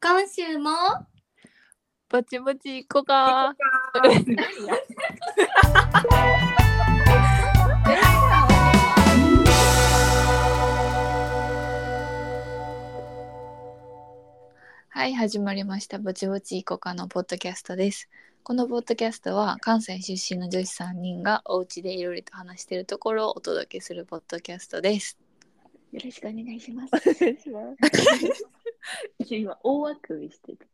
今週もぼちぼち行こうか。はい、始まりました。ぼちぼち行こうかのポッドキャストです。このポッドキャストは関西出身の女子3人がお家でいろいろと話しているところをお届けするポッドキャストです。 よろしくお願いします。 お願いします。今大あくびしてる。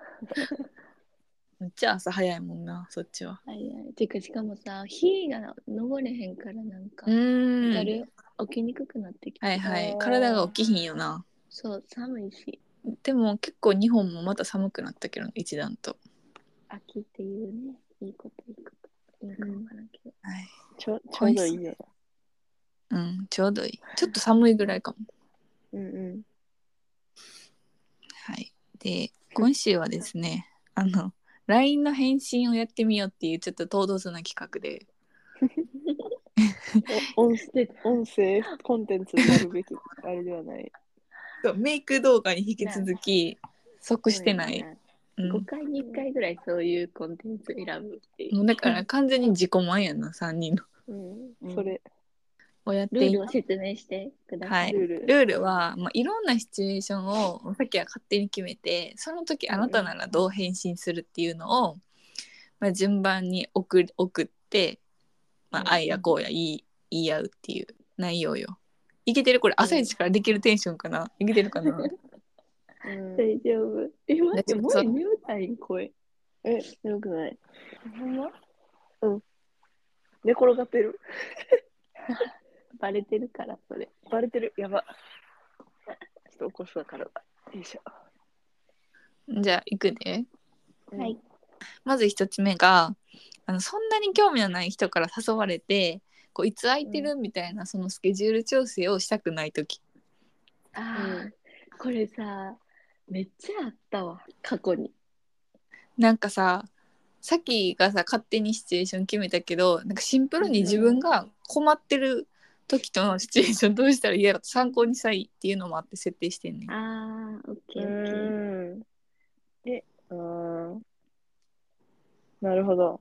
めっちゃ朝早いもんな、そっちは。 はいはい。てかしかもさ、日が昇れへんからなんか、わかる？起きにくくなってきて。 はいはい。体が起きひんよな。 そう、寒いし。 でも結構日本もまた寒くなったけど、一段と。 秋っていうね、いいこといいこと。いいかわからんけど。 はい。 ちょうどいいね。 うん、ちょうどいい。ちょっと寒いぐらいかも。 うんうん。 はい。で、今週はですね、LINE の返信をやってみようっていうちょっと唐突な企画で。 音声コンテンツになるべきあれではない。 メイク動画に引き続き即してない。 5回に1回ぐらいそういうコンテンツ選ぶっていう。 もうだから完全に自己満やな、3人の。 それ。 をやってルールを説明してください。 はい、ルールは、いろんなシチュエーションをさっきは勝手に決めて、その時あなたならどう返信するっていうのを、順番に送って、あいやこうや言い合うっていう内容よ。いけてる？これ朝一からできるテンションかな？いけてるかな？ 大丈夫。待って、もう眠たい声。眠くない。ほんま？寝転がってる。バレてるから、それ。バレてる。やば。ちょっと起こすから。よいしょ。 じゃあ行くで。 はい。 まず一つ目が、そんなに興味のない人から誘われて、いつ空いてるみたいな、そのスケジュール調整をしたくないとき。 これさ、めっちゃあったわ、過去に。 なんかさっきがさ勝手にシチュエーション決めたけど、なんかシンプルに自分が困ってる時とのシチュエーションどうしたらいいやろと参考にしたいっていうのもあって設定してんねん。 オッケーオッケー。なるほど。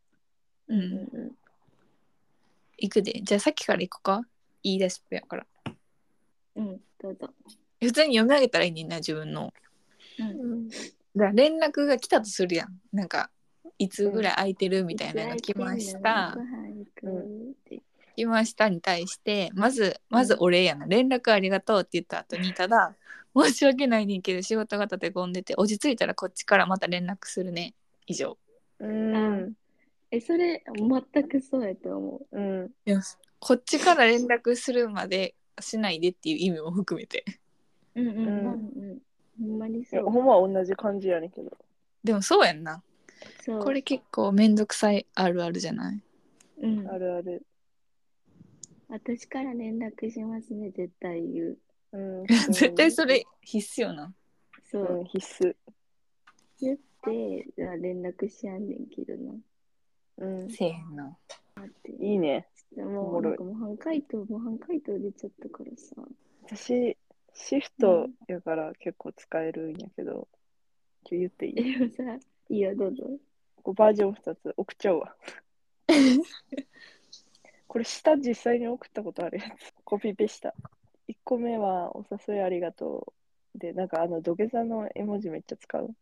行くで。じゃあさっきから行こうか。言い出しっぺやから。 どうぞ。 普通に読み上げたらいいねんな、自分の。だから連絡が来たとするやん。なんかいつぐらい空いてるみたいなの来ました。来ましたに対してまずお礼やな、連絡ありがとうって言った後に、ただ申し訳ないねんけど仕事が立て込んでて落ち着いたらこっちからまた連絡するね、以上。 それ全くそうやと思う。 こっちから連絡するまでしないでっていう意味も含めて。 ほんまにそう。ほんまは同じ感じやねんけど。 でもそうやんな。これ結構めんどくさいあるあるじゃない？ あるある。私から連絡しますね、絶対言う。 絶対それ必須よな。 そう、必須。言って連絡しやんねんけどな。 せえへんな。 いいね。もうなんか模範解答出ちゃったからさ。私、シフトやから結構使えるんやけど、言っていい？でもさ、いいよ、どうぞ。バージョン2つ送っちゃうわ。これ下実際に送ったことあるやつ。コピペした。1個目はお誘いありがとう。で、なんか土下座の絵文字めっちゃ使う。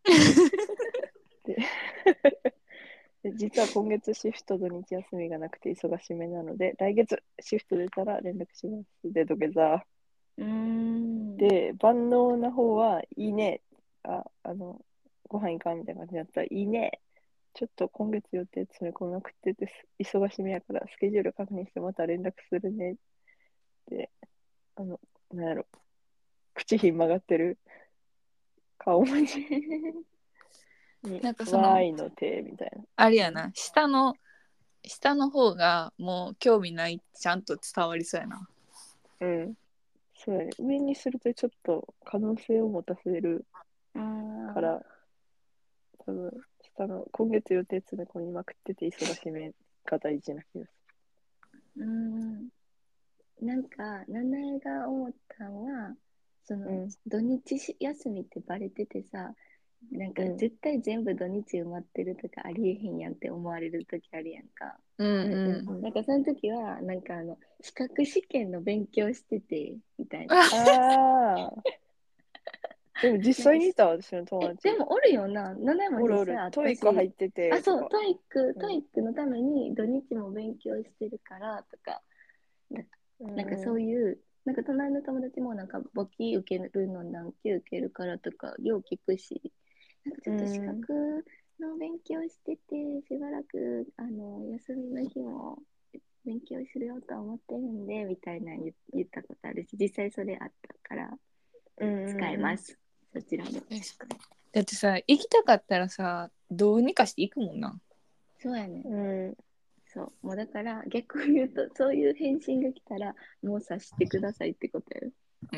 で実は今月シフト土日休みがなくて忙しめなので、来月シフト出たら連絡します。で、土下座。で、万能な方はいいね。ご飯行かんみたいな感じだったらいいね。ちょっと今月予定詰め込めなくて忙しめやからスケジュール確認してまた連絡するね。で、なんやろ。口ひん曲がってる顔文字になんかわーいの手みたいな。 あれやな、下の方がもう興味ないちゃんと伝わりそうやな。 そうやね。上にするとちょっと可能性を持たせるから、多分下の今月予定詰め込みまくってて忙しめが大事な気がする。なんか、七重が思ったのは、 その、土日休みってバレててさ、なんか絶対全部土日埋まってるとかありえへんやんって思われる時あるやんか。なんかその時はなんか資格試験の勉強しててみたいな。 ああ。でも実際にいた私の友達。 でもおるよな。7も実際あったし。 トイック入ってて。 あ、そう、トイックのために土日も勉強してるからとか、なんかそういう、なんか隣の友達もなんか簿記受けるの何級受けるからとか、よう聞くし、なんかちょっと資格の勉強してて、しばらく休みの日も勉強するよと思ってるんで、みたいな言ったことあるし、実際それあったから、使えます。そちらで。 だってさ、行きたかったらさ、どうにかして行くもんな。 そうやね。そう。もうだから、逆に言うと、そういう返信が来たら、もう察してくださいってことやろ。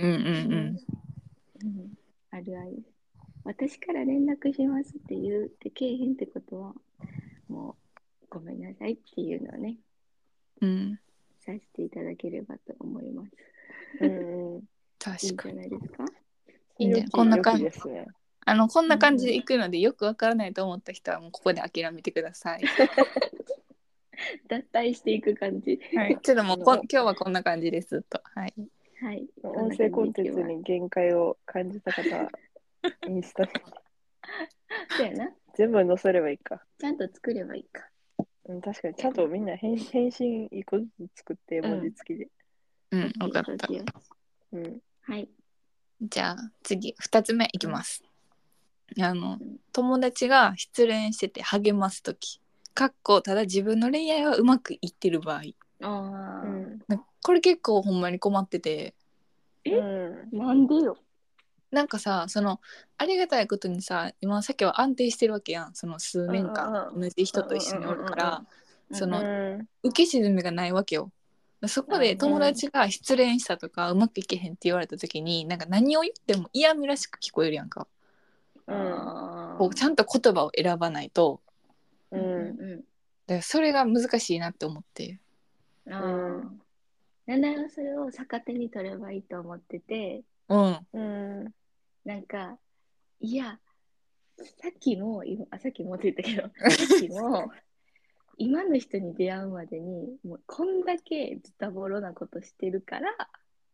あるある。私から連絡しますって言ってけえへんってことは、もうごめんなさいっていうのをね、させていただければと思います。 確かに。 いいんじゃないですか？ いいんじゃない？こんな感じですね。 こんな感じで行くので、よくわからないと思った人はもうここで諦めてください。 脱退していく感じ。 はい。ちょっともう今日はこんな感じですと。はい。 はい。 音声コンテンツに限界を感じた方は、インスタに。 そうやな。 全部載せればいいか。 ちゃんと作ればいいか。 確かに、ちゃんとみんな返信一個ずつ作って、文字付きで。 分かった。 はい。 じゃあ次、2つ目いきます。友達が失恋してて励ますとき、ただ自分の恋愛はうまくいってる場合。これ結構ほんまに困ってて。 なんでよ。 なんかさ、ありがたいことにさ、今さっきは安定してるわけやん。その数年間同じ人と一緒におるから、受け沈みがないわけよ。そこで友達が失恋したとかうまくいけへんって言われた時に、なんか何を言っても嫌味らしく聞こえるやんか。こうちゃんと言葉を選ばないと、だからそれが難しいなって思って。 なんならそれを逆手に取ればいいと思ってて、なんか、いや、さっきもって言ったけど、さっきも、今の人に出会うまでに、もうこんだけズタボロなことしてるから、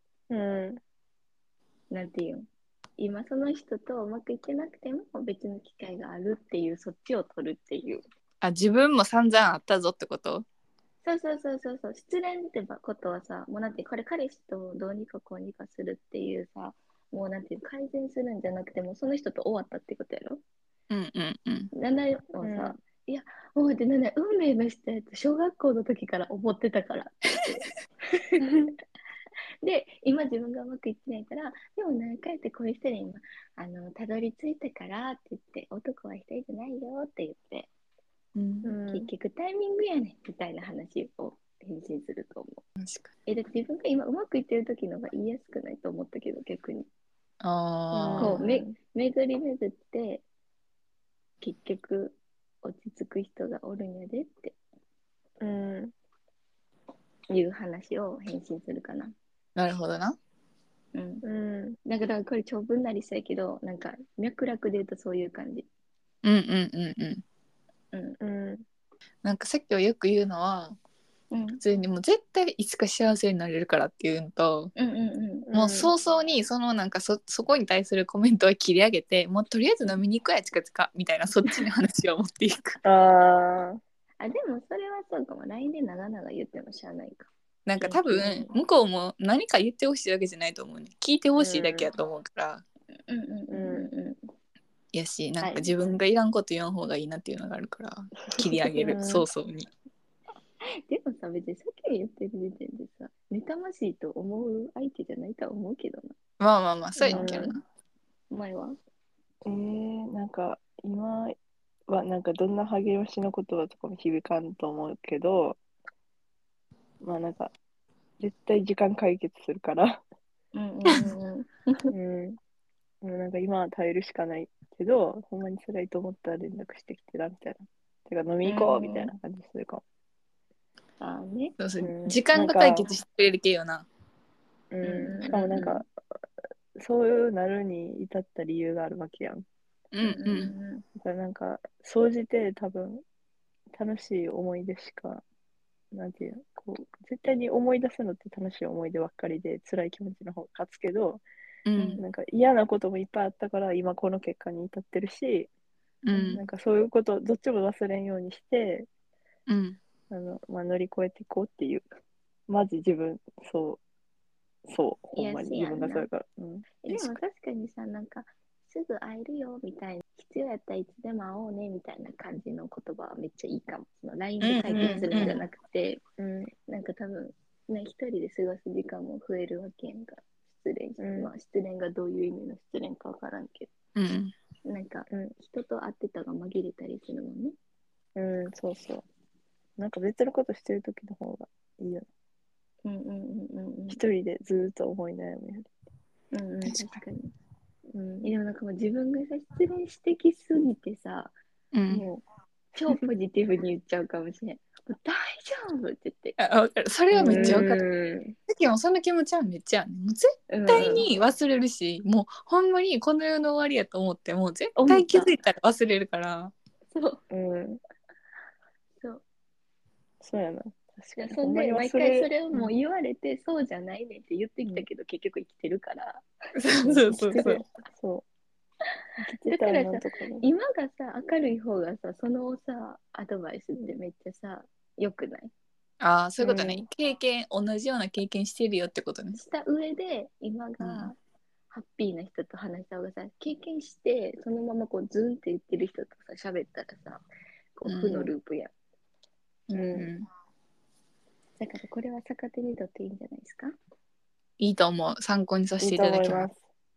なんていうん、今その人とうまくいってなくても別の機会があるっていう、そっちを取るっていう。 自分も散々あったぞってこと？ そう失恋ってことはさ、もうなんて彼氏とどうにかこうにかするっていうさ、もうなんていう改善するんじゃなくてもその人と終わったってことやろ。なんだよさ、いやもうでなんだ運命の人やと小学校の時から思ってたからってで今自分がうまくいってないから、でも何回ってこういう人に今たどり着いたからって言って、男は一人じゃないよって言って、結局タイミングやねんみたいな話を返信すると思う。だって自分が今うまくいってる時の方が言いやすくないと思ったけど、逆にこう巡り巡って結局落ち着く人がおるんやでっていう話を返信するかな。 なるほどな。 だからこれ長文なりそうやけど、なんか脈絡で言うとそういう感じ。 なんかさっきはよく言うのは、普通にもう絶対いつか幸せになれるからっていうのと、もう早々になんかそこに対するコメントは切り上げて、もうとりあえず飲みに行くや近々みたいな、そっちに話を持っていく。 でもそれはそうかも。LINE で長々言ってもしゃあないか。 なんか多分向こうも何か言ってほしいわけじゃないと思うね。聞いてほしいだけやと思うから。やし、なんか自分がいらんこと言わん方がいいなっていうのがあるから切り上げる、早々に。 でもさ、別にさっき言ってる時点でさ、妬ましいと思う相手じゃないとは思うけどな。 まあそうやけどな。 お前はなんか今はなんかどんな励ましの言葉とかも響かんと思うけど、まあなんか絶対時間解決するからなんか今は耐えるしかないけど、ほんまに辛いと思ったら連絡してきてなみたいな。てか飲み行こうみたいな感じするかも。 時間が解決してくれる系よな。 しかもなんかそういうなるに至った理由があるわけやん。 うんうんだからなんか、総じて多分、楽しい思い出しか、なんていうの、こう、絶対に思い出すのって楽しい思い出ばっかりで、辛い気持ちの方が勝つけど、 うんなんか嫌なこともいっぱいあったから、今この結果に至ってるし、 うんなんかそういうこと、どっちも忘れんようにして、 うん乗り越えていこうっていう。マジ自分、ほんまに自分がそれから。 でも確かにさ、なんか、すぐ会えるよみたいな、必要やったらいつでも会おうねみたいな感じの言葉はめっちゃいいかも。その LINE で解決するんじゃなくて、なんか多分、ね、一人で過ごす時間も増えるわけやんか。まあ、失恋がどういう意味の失恋かわからんけど、なんか、人と会ってたが紛れたりするもんね。 そうそう。なんか別のことしてる時の方がいいよね。一人でずっと思い悩むより。 確かに。でもなんかもう自分がさ、失恋してきすぎてさ、もう超ポジティブに言っちゃうかもしれん。もう大丈夫って言って。 分かる。それはめっちゃ分かる。さっきもその気持ちはめっちゃあるね。もう絶対に忘れるし、もうほんまにこの世の終わりやと思ってもう絶対気づいたら忘れるから。 そう。 そうやな。確かに。 そんで毎回それをもう言われて、そうじゃないねって言ってきたけど、結局生きてるから。 そうだからさ、今がさ、明るい方がさ、そのさ、アドバイスってめっちゃさ、良くない？ ああ、そういうことね。同じような経験してるよってことね。 した上で、今がハッピーな人と話した方がさ、経験して、そのままこうズンって言ってる人とさ、喋ったらさ、こう負のループや。だからこれは逆手にとっていいんじゃないですか？ いいと思う。参考にさせていただきます。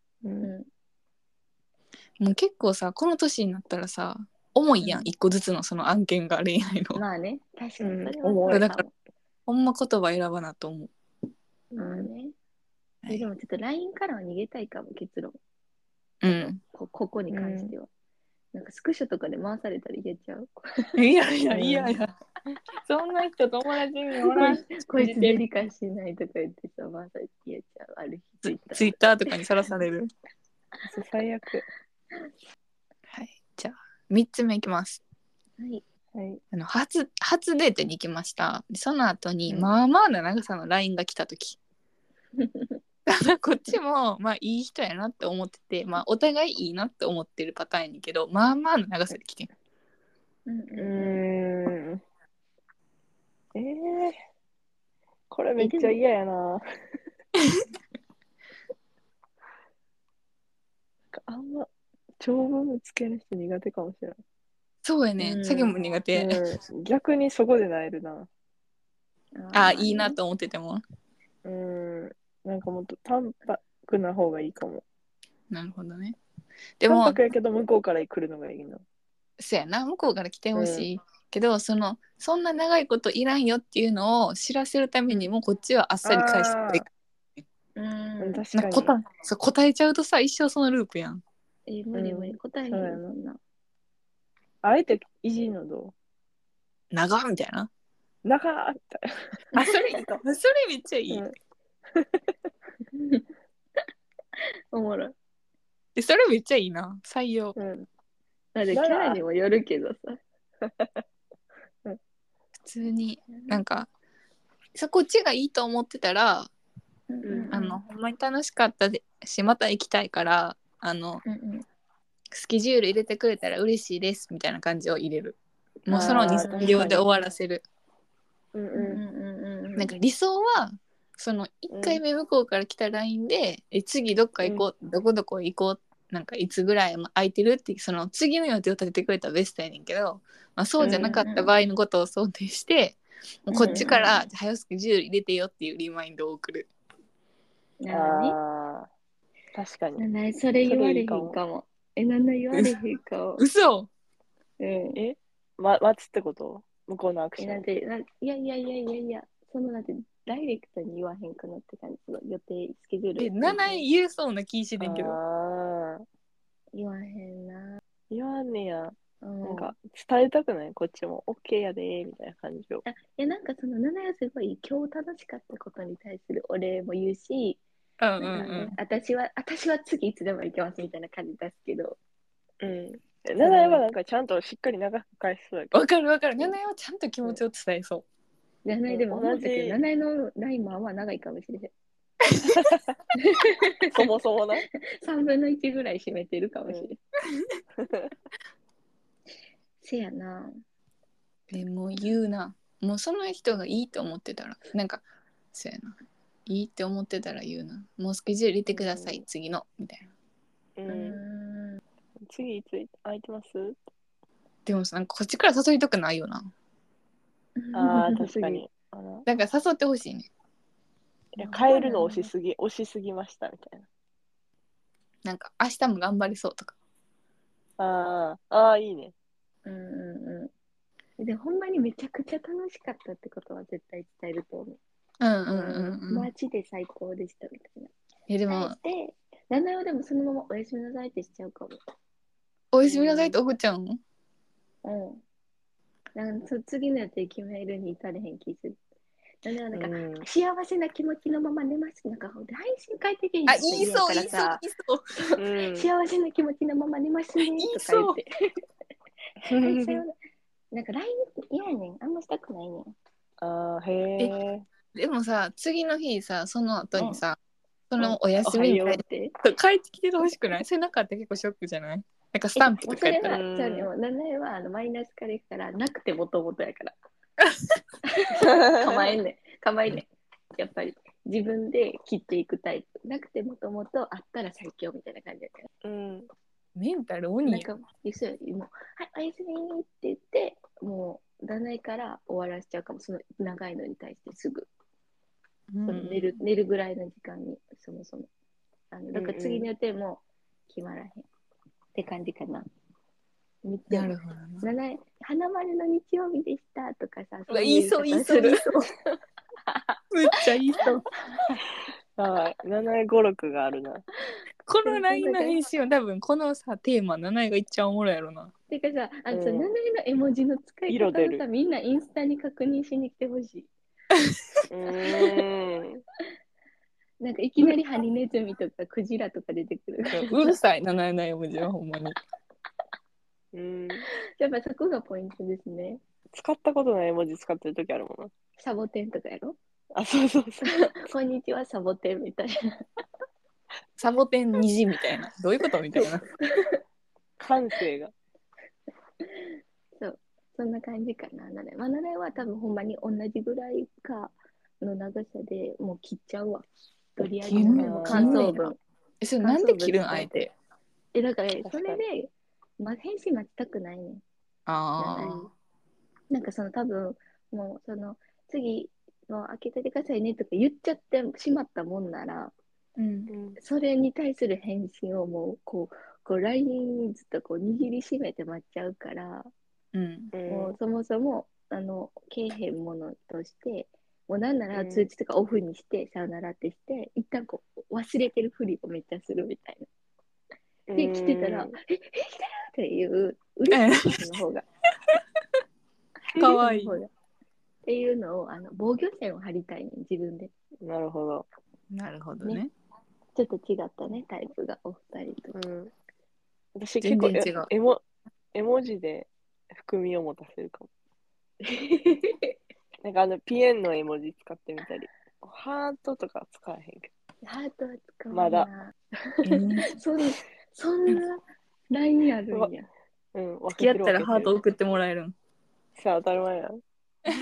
もう結構さ、この年になったらさ、重いやん、一個ずつのその案件が恋愛の。 まあね、確かにそれはそうだからほんま言葉選ばなと思う。 まあね。でもちょっと LINE からは逃げたいかも、結論。ここに関しては。なんかスクショとかで回されたら言えちゃう。 いや。そんな人友達におらん。 こいつデリカしないとか言ってさ、回されて言えちゃう。ある日ツイッターとかにさらされる。 最悪。 はい。じゃあ、3つ目いきます。 はい。 初デートに行きました。その後に、まあまあな長さの LINE が来たとき。こっちもまあいい人やなって思ってて、まあお互いいいなって思ってるパターンやねんけど、まあまあの長さで来てん。 これめっちゃ嫌やな。あんま長文つける人苦手かもしれない。 そうやね。さっきも苦手。 逆にそこでなえるな。 いいなと思ってても。 なんかもっと淡白な方がいいかも。 なるほどね。 でも淡白やけど向こうから来るのがいいな。 そうやな、向こうから来てほしい。けどそんな長いこといらんよっていうのを知らせるためにもこっちはあっさり返していく。確かに。答えちゃうとさ、一生そのループやん。 無理答えへんよ、そんな。 あえていじんのどう？長みたいな。 長っそれいいかも。それめっちゃいい。 おもろい。 それめっちゃいいな。採用。 だってキャラにもよるけどさ。 普通になんかこっちがいいと思ってたら、ほんまに楽しかったしまた行きたいからスケジュール入れてくれたら嬉しいですみたいな感じを入れる。もうその 2,3 秒で終わらせる。なんか理想はその1回目向こうから来た LINE で、次どっか行こう、どこどこ行こう、なんかいつぐらい空いてるってその次の予定を立ててくれたらベストやねんけど、まあ、そうじゃなかった場合のことを想定して、こっちから早スケジュール入れてよっていうリマインドを送る。 確かに。それ言われへんかも。なんだ言われへんかも。 嘘。 待つってこと向こうのアクション。 いや、そのなんてダイレクトに言わへんかなって感じの予定、スケジュール。 7言えそうな気してんけど。 言わへんな。 言わんねや。なんか伝えたくない？こっちも OK やでみたいな感じを。 なんかその7はすごい今日楽しかったことに対するお礼も言うし、 私は次いつでも行けますみたいな感じ出すけど。 七重はなんかちゃんとしっかり長く返しそうやけど。 わかるわかる。七重はちゃんと気持ちを伝えそう。 七重でも思ったけど、七重のラインは長いかもしれへん。 そもそもな。 3分の1ぐらい占めてるかもしれん。せやな。 でも言うな。もうその人がいいと思ってたら、なんか、そうやな。いいって思ってたら言うな。もうスケジュール入れてください、次の。みたいな。次いつ空いてます？ でもさ、なんかこっちから誘いたくないよな。 ああ、確かに。 なんか誘ってほしいね。 いや、変えるの押しすぎましたみたいな。 なんか明日も頑張りそうとか。 ああ、いいね。 で、ほんまにめちゃくちゃ楽しかったってことは絶対伝えると思う。マジで最高でしたみたいな。 でも、 七代でもそのままおやすみなさいってしちゃうかも。 おやすみなさいって送っちゃうの？ なんか次のやつ決めるに至れへん気する。なんか、幸せな気持ちのまま寝ます。なんか、配信書いてけんやつ言いそう。 幸せな気持ちのまま寝ますねとか言って。なんか LINE 嫌やねん。あんましたくないねん。 へえ。 でもさ、次の日さ、その後にさ、そのお休みみたいな帰ってきてほしくない？背中って結構ショックじゃない？なんかスタンプとかやったら。 それは、七重はマイナスからいくからなくてもともとやから。構えんねん。やっぱり自分で切っていくタイプ。なくてもともとあったら最強みたいな感じだから。 メンタル鬼や。 なんか、もう、はい、おやすみって言って、もう、だないから終わらせちゃうかも。その長いのに対してすぐ。寝るぐらいの時間に、そもそも。だから次の予定も決まらへん。って感じかな。 なるほどな。花丸の日曜日でしたとかさ。 言いそう。めっちゃ言いそう。 はい。七重語録があるな。 この LINE の返信は多分このさテーマ七重がいっちゃおもろいやろな。 てかさ、七重の絵文字の使い方をさ、みんなインスタに確認しに来てほしい。なんかいきなりハリネズミとかクジラとか出てくる。 うるさい七重の絵文字はほんまに。 やっぱそこがポイントですね。 使ったことない絵文字使ってる時あるもんな。 サボテンとかやろ？ そう。 こんにちはサボテンみたいな。 サボテン虹みたいな。どういうことみたいな。 感性が。 そんな感じかな。七重は多分ほんまに同じぐらいかの長さでもう切っちゃうわ。とりあえず感想文。 それなんで切るんあえて。 だからそれで、返信待ちたくないね。なんかその多分もうその次もう開けててくださいねとか言っちゃってしまったもんなら、それに対する返信をもうこう LINE ずっとこう握りしめて待っちゃうから、もうそもそもけえへんものとしてもうなんなら通知とかオフにして、さよならってして一旦こう忘れてるふりをめっちゃするみたいな。で来てたら来てるっていう嬉しい人の方がかわいいっていうのを防御線を張りたいね自分で。 なるほどね。ちょっと違ったねタイプがお二人と。 私結構絵文字で含みを持たせるかも。なんかピエンの絵文字使ってみたり。ハートとか使わへんけど。ハートは使わまだ。 そんな LINE あるんや。 付き合ったらハート送ってもらえるん。 さあ当たり前やん。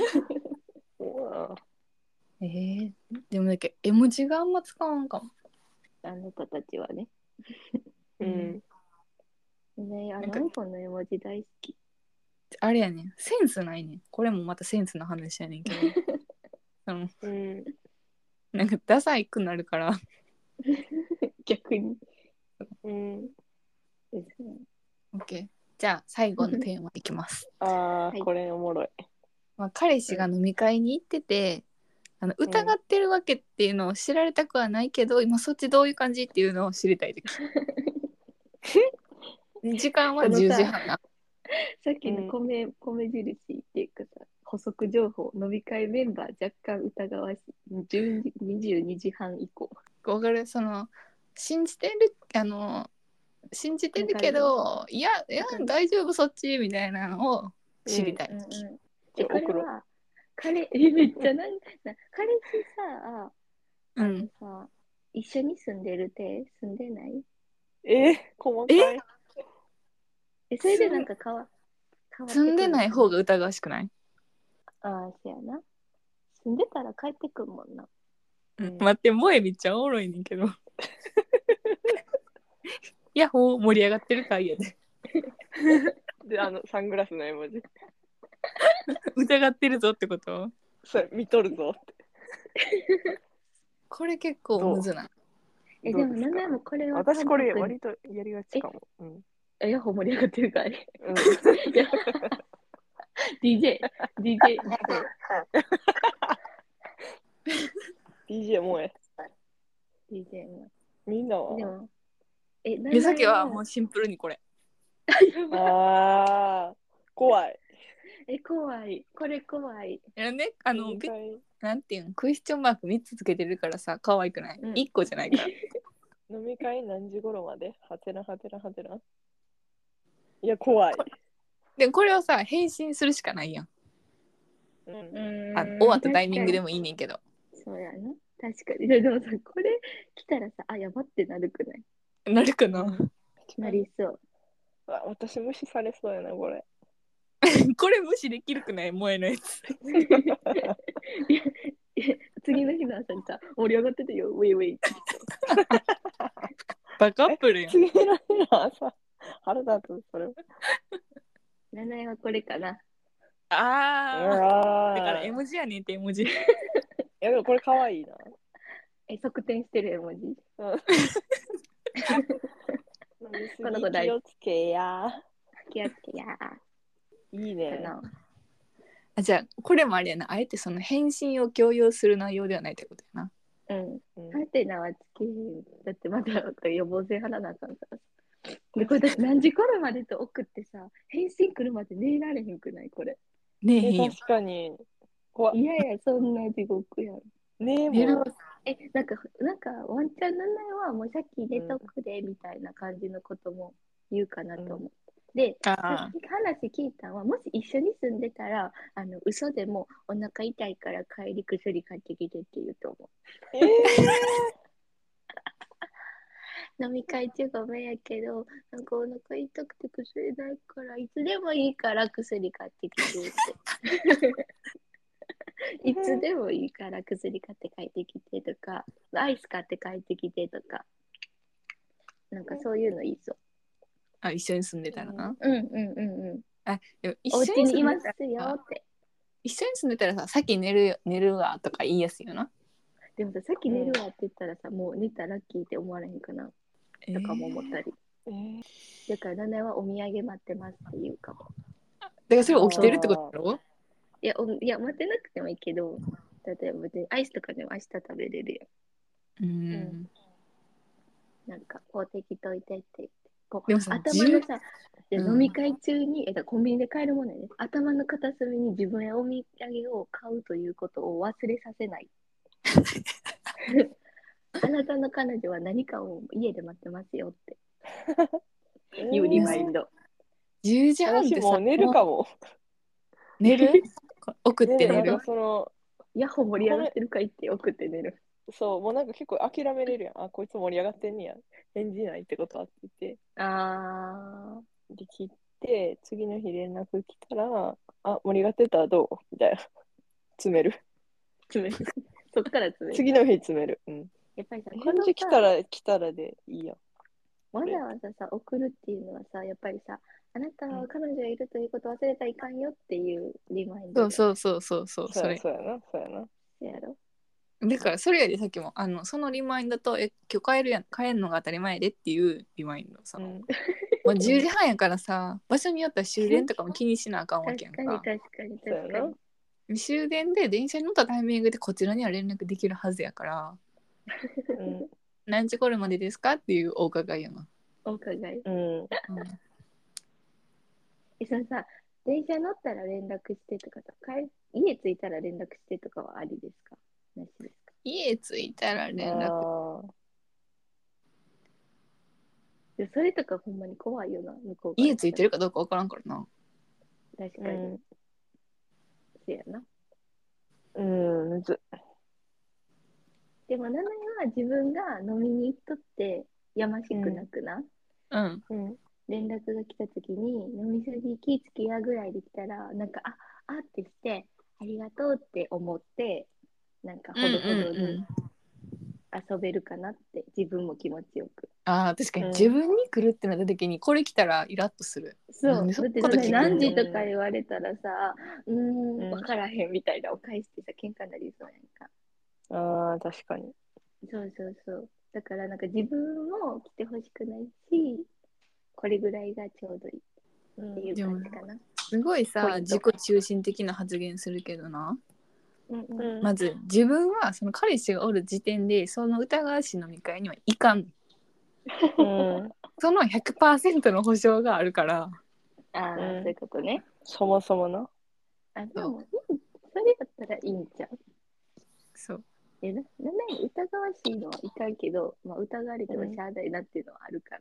でもだけ絵文字があんま使わんかも。 あなたたちはね。ね、iPhone の絵文字大好き。 あれやねん、センスないねん。これもまたセンスの話やねんけどなんかダサいくなるから逆にですね。OK。じゃあ最後のテーマいきます。 これおもろい。 彼氏が飲み会に行ってて、疑ってるわけっていうのを知られたくはないけど、今そっちどういう感じっていうのを知りたいとき。時間は10時半な。 さっきの米印っていうかさ、補足情報、飲み会メンバー若干疑わしい。22時半以降。 わかる？信じてるけど、いや大丈夫そっちみたいなのを知りたい。 これはめっちゃ彼氏さ、一緒に住んでるって住んでない？ 細かい。 それでなんか住んでない方が疑わしくない？ ああ、そうやな。住んでたら帰ってくんもんな。 待って、萌えめっちゃおもろいねんけど。ヤッホー盛り上がってるかいやで。 で、サングラスの絵文字。 疑ってるぞってこと？ それ見とるぞって。 これ結構むずない？ でも名前もこれは私これ割とやりがちかも。 ヤッホー盛り上がってるかい。DJ DJ 萌え。 DJ もみんなは目先はもうシンプルにこれ。 ああ、怖い。 怖い。これ怖い。 ね、なんていうの、クエスチョンマーク3つつけてるからさ、可愛くない？1個じゃないから。 飲み会何時頃まで？はてなはてなはてな。いや、怖い。 で、これはさ、返信するしかないやん。終わったタイミングでもいいねんけど。 そうやな。確かに。でもさ、これ来たらさ、やばってなるくない？ なるかな？ なりそう。 私無視されそうやな、これ。 これ無視できるくない？萌えのやつ。 次の日の朝にさ、盛り上がっててよ、ウェイウェイって。 バカップルやん。 次の日の朝、腹立つ、それ。 七重はこれかな。 だから絵文字やねんって絵文字。いや、でもこれかわいいな。 側転してる絵文字。 この子気をつけや。 気をつけや。 いいね。 じゃあこれもあれやな、あえてその返信を強要する内容ではないってことやな。 はてなはつけへん。だってまだ予防線張らなあかんから。で、これだって何時頃までと送ってさ、返信来るまで寝られへんくない？これ。 ねえ、いいよ。 確かに。 いやいや、そんな地獄やん。 ねえ、もう。 なんか、ワンチャンなんないはもうさっき寝とくで、みたいな感じのことも言うかなと思って。で、さっき話聞いたのは、もし一緒に住んでたら、嘘でもお腹痛いから帰り薬買ってきてって言うと思う。飲み会中ごめんやけど、なんかお腹痛くて薬ないから、いつでもいいから薬買ってきてって。いつでもいいから薬買って帰ってきてとか、アイス買って帰ってきてとか、なんかそういうのいいそう。 一緒に住んでたらな。 でもお家にいますよって。 一緒に住んでたらさ、さっき寝るわとか言いやすいよな。 でもさ、さっき寝るわって言ったらさ、もう寝たらラッキーって思われへんかなとかも思ったり。だから、ナナはお土産待ってますって言うかも。 だからそれ起きてるってことだろ？ いや、待ってなくてもいいけど、例えば別にアイスとかでも明日食べれるやん。なんか、こう適当いてって言って。でもさ、頭のさ、飲み会中に、コンビニで買えるものね、頭の片隅に自分へお土産を買うということを忘れさせない。あなたの彼女は何かを家で待ってますよっていうリマインド。 10時半ってさ、 もう寝るかも。 寝る？送って寝る？ ヤッホー盛り上がってるかいって送って寝る。 そう、もうなんか結構諦めれるやん。こいつ盛り上がってんねや。返事ないってことはって言って。で、切って、次の日連絡来たら、盛り上がってたらどうみたいな。詰める。 そっから詰める。 次の日詰める。 やっぱりさ、 返事来たらでいいやん。 わざわざさ、送るっていうのはさ、やっぱりさ、あなたは彼女がいるということを忘れたらいかんよっていうリマインド。 そう。 そうやな。 やろ。 だからそれよりさっきもそのリマインドと今日帰るのが当たり前でっていうリマインドさ、もう10時半やからさ、場所によっては終電とかも気にしなあかんわけやんか。 確かに。 終電で電車に乗ったタイミングでこちらには連絡できるはずやから、何時頃までですかっていうお伺いやな。 お伺い。そのさ、電車乗ったら連絡してとかさ、家着いたら連絡してとかはありですか？なしですか？ 家着いたら連絡。 でそれとかほんまに怖いよな、向こう家ついてるかどうかわからんからな。 確かに。そうやな。 むず。 でも、七重は自分が飲みに行っとってやましくなくな。 うん。 連絡が来た時に、飲みすぎ気ぃつけやぐらいできたら、なんか、あってして、ありがとうって思って、なんか、ほどほどに遊べるかなって、自分も気持ちよく。 ああ、確かに自分に来るってなった時に、これ来たらイラッとする。 そう。だってそれ何時とか言われたらさ、分からへんみたいなお返してさ、喧嘩になりそうやんか。 ああ、確かに。 そうそうそう。だからなんか自分も来てほしくないし、これぐらいがちょうどいいっていう感じかな。 すごいさ、自己中心的な発言するけどな。まず自分はその彼氏がおる時点でその疑わしい飲み会には行かん。その 100% の保証があるから。 そういうことね。 そもそもな。 でもそれだったらいいんちゃう。 そう。 疑わしいのはいかんけど、疑われてもしゃあないなっていうのはあるから。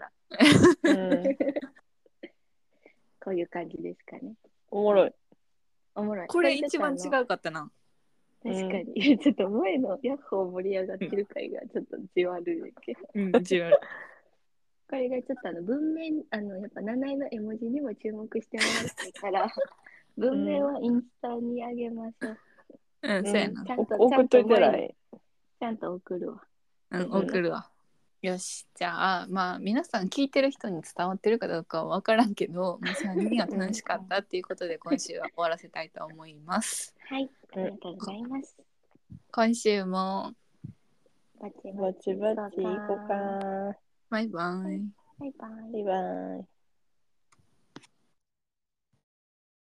こういう感じですかね。 おもろい。 おもろい。 これ一番違うかったな。 確かに。ちょっと前のヤッホー盛り上がってる回がちょっとじわるけど。 じわる。 これがちょっと文面、やっぱ七重の絵文字にも注目してもらいたいから、文面はインスタにあげましょう。 そうやな。 送っといてない。 ちゃんと送るわ。 送るわ。よし、じゃあ皆さん聞いてる人に伝わってるかどうかは分からんけど、3人が楽しかったっていうことで今週は終わらせたいと思います。 はい、ありがとうございます。 今週もぼちぼち行こうか。 バイバイ。 バイバイ。 バイバイ。